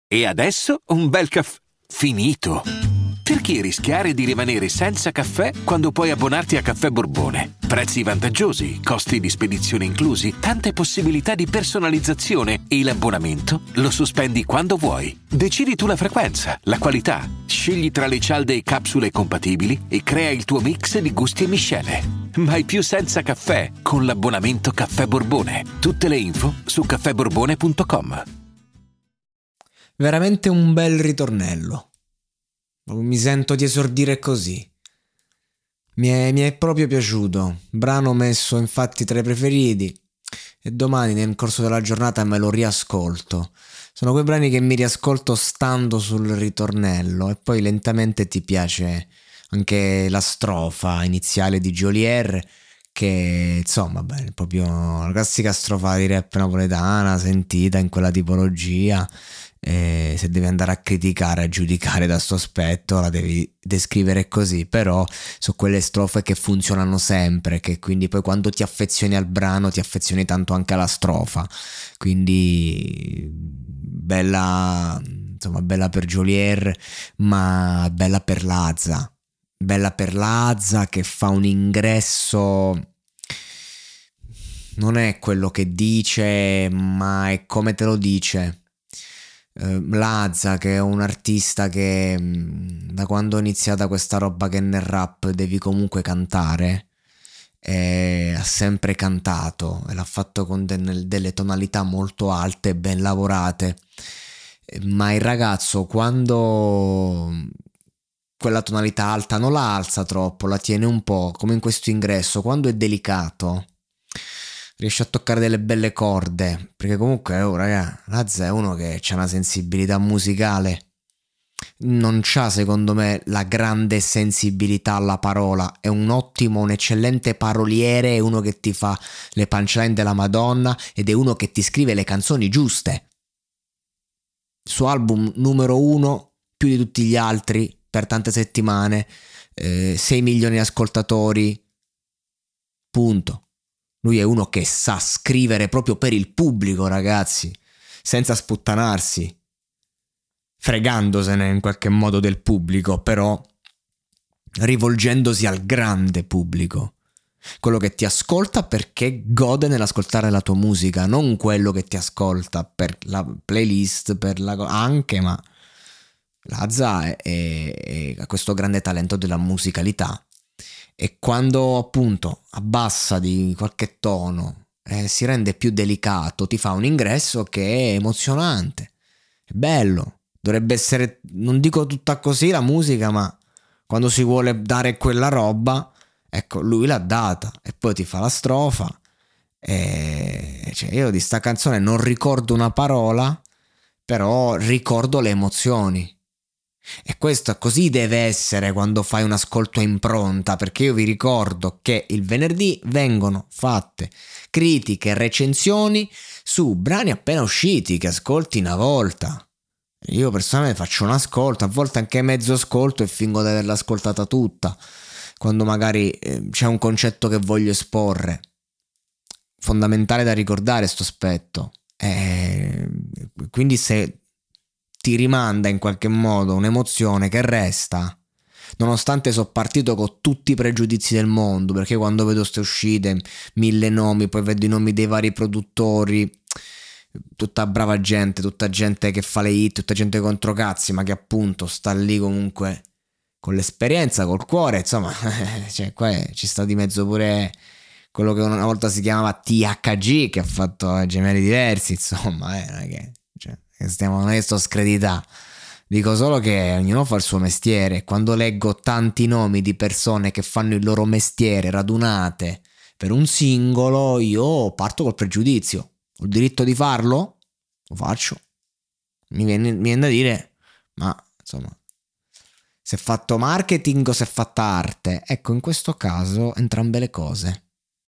E adesso un bel caffè finito. Perché rischiare di rimanere senza caffè quando puoi abbonarti a Caffè Borbone? Prezzi vantaggiosi, costi di spedizione inclusi, tante possibilità di personalizzazione e l'abbonamento lo sospendi quando vuoi. Decidi tu la frequenza, la qualità, scegli tra le cialde e capsule compatibili e crea il tuo mix di gusti e miscele. Mai più senza caffè con l'abbonamento Caffè Borbone. Tutte le info su caffèborbone.com. Veramente un bel ritornello. Mi sento di esordire così. Mi è proprio piaciuto. Brano messo infatti tra i preferiti. E domani nel corso della giornata me lo riascolto. Sono quei brani che mi riascolto stando sul ritornello. E poi lentamente ti piace anche la strofa iniziale di Geolier, che insomma è proprio la classica strofa di rap napoletana, sentita in quella tipologia. E se devi andare a criticare, a giudicare da sto aspetto, la devi descrivere così. Però sono quelle strofe che funzionano sempre, che quindi poi quando ti affezioni al brano ti affezioni tanto anche alla strofa. Quindi bella, insomma, bella per Geolier, ma bella per Lazza che fa un ingresso, non è quello che dice ma è come te lo dice. Lazza, che è un artista che da quando è iniziata questa roba che nel rap devi comunque cantare, ha sempre cantato e l'ha fatto con delle tonalità molto alte, ben lavorate, ma il ragazzo quando quella tonalità alta non la alza troppo, la tiene un po', come in questo ingresso, quando è delicato riesce a toccare delle belle corde, perché comunque raga, Lazza è uno che ha una sensibilità musicale, non c'ha secondo me la grande sensibilità alla parola, è un eccellente paroliere, è uno che ti fa le punchline della Madonna ed è uno che ti scrive le canzoni giuste. Il suo album numero 1 più di tutti gli altri per tante settimane, 6 milioni di ascoltatori, punto. Lui è uno che sa scrivere proprio per il pubblico, ragazzi, senza sputtanarsi, fregandosene in qualche modo del pubblico, però rivolgendosi al grande pubblico, quello che ti ascolta perché gode nell'ascoltare la tua musica, non quello che ti ascolta per la playlist, anche, ma Lazza ha questo grande talento della musicalità. E quando appunto abbassa di qualche tono, si rende più delicato, ti fa un ingresso che è emozionante, è bello. Dovrebbe essere, non dico tutta così la musica, ma quando si vuole dare quella roba, ecco, lui l'ha data. E poi ti fa la strofa, cioè io di sta canzone non ricordo una parola, però ricordo le emozioni. E questo così deve essere quando fai un ascolto a impronta, perché io vi ricordo che il venerdì vengono fatte critiche e recensioni su brani appena usciti che ascolti una volta. Io personalmente faccio un ascolto, a volte anche mezzo ascolto, e fingo di averla ascoltata tutta quando magari c'è un concetto che voglio esporre. Fondamentale da ricordare sto aspetto. Quindi se ti rimanda in qualche modo un'emozione che resta, nonostante so partito con tutti i pregiudizi del mondo, perché quando vedo ste uscite 1000 nomi, poi vedo i nomi dei vari produttori, tutta brava gente, tutta gente che fa le hit, tutta gente contro cazzi, ma che appunto sta lì comunque con l'esperienza, col cuore, insomma, cioè qua ci sta di mezzo pure quello che una volta si chiamava THG, che ha fatto Gemelli Diversi, insomma, non è che, cioè, non è che sto scredità, dico solo che ognuno fa il suo mestiere. Quando leggo tanti nomi di persone che fanno il loro mestiere radunate per un singolo, io parto col pregiudizio. Ho il diritto di farlo? Lo faccio. Mi viene da dire, ma insomma, se è fatto marketing o se è fatta arte? Ecco, in questo caso entrambe le cose.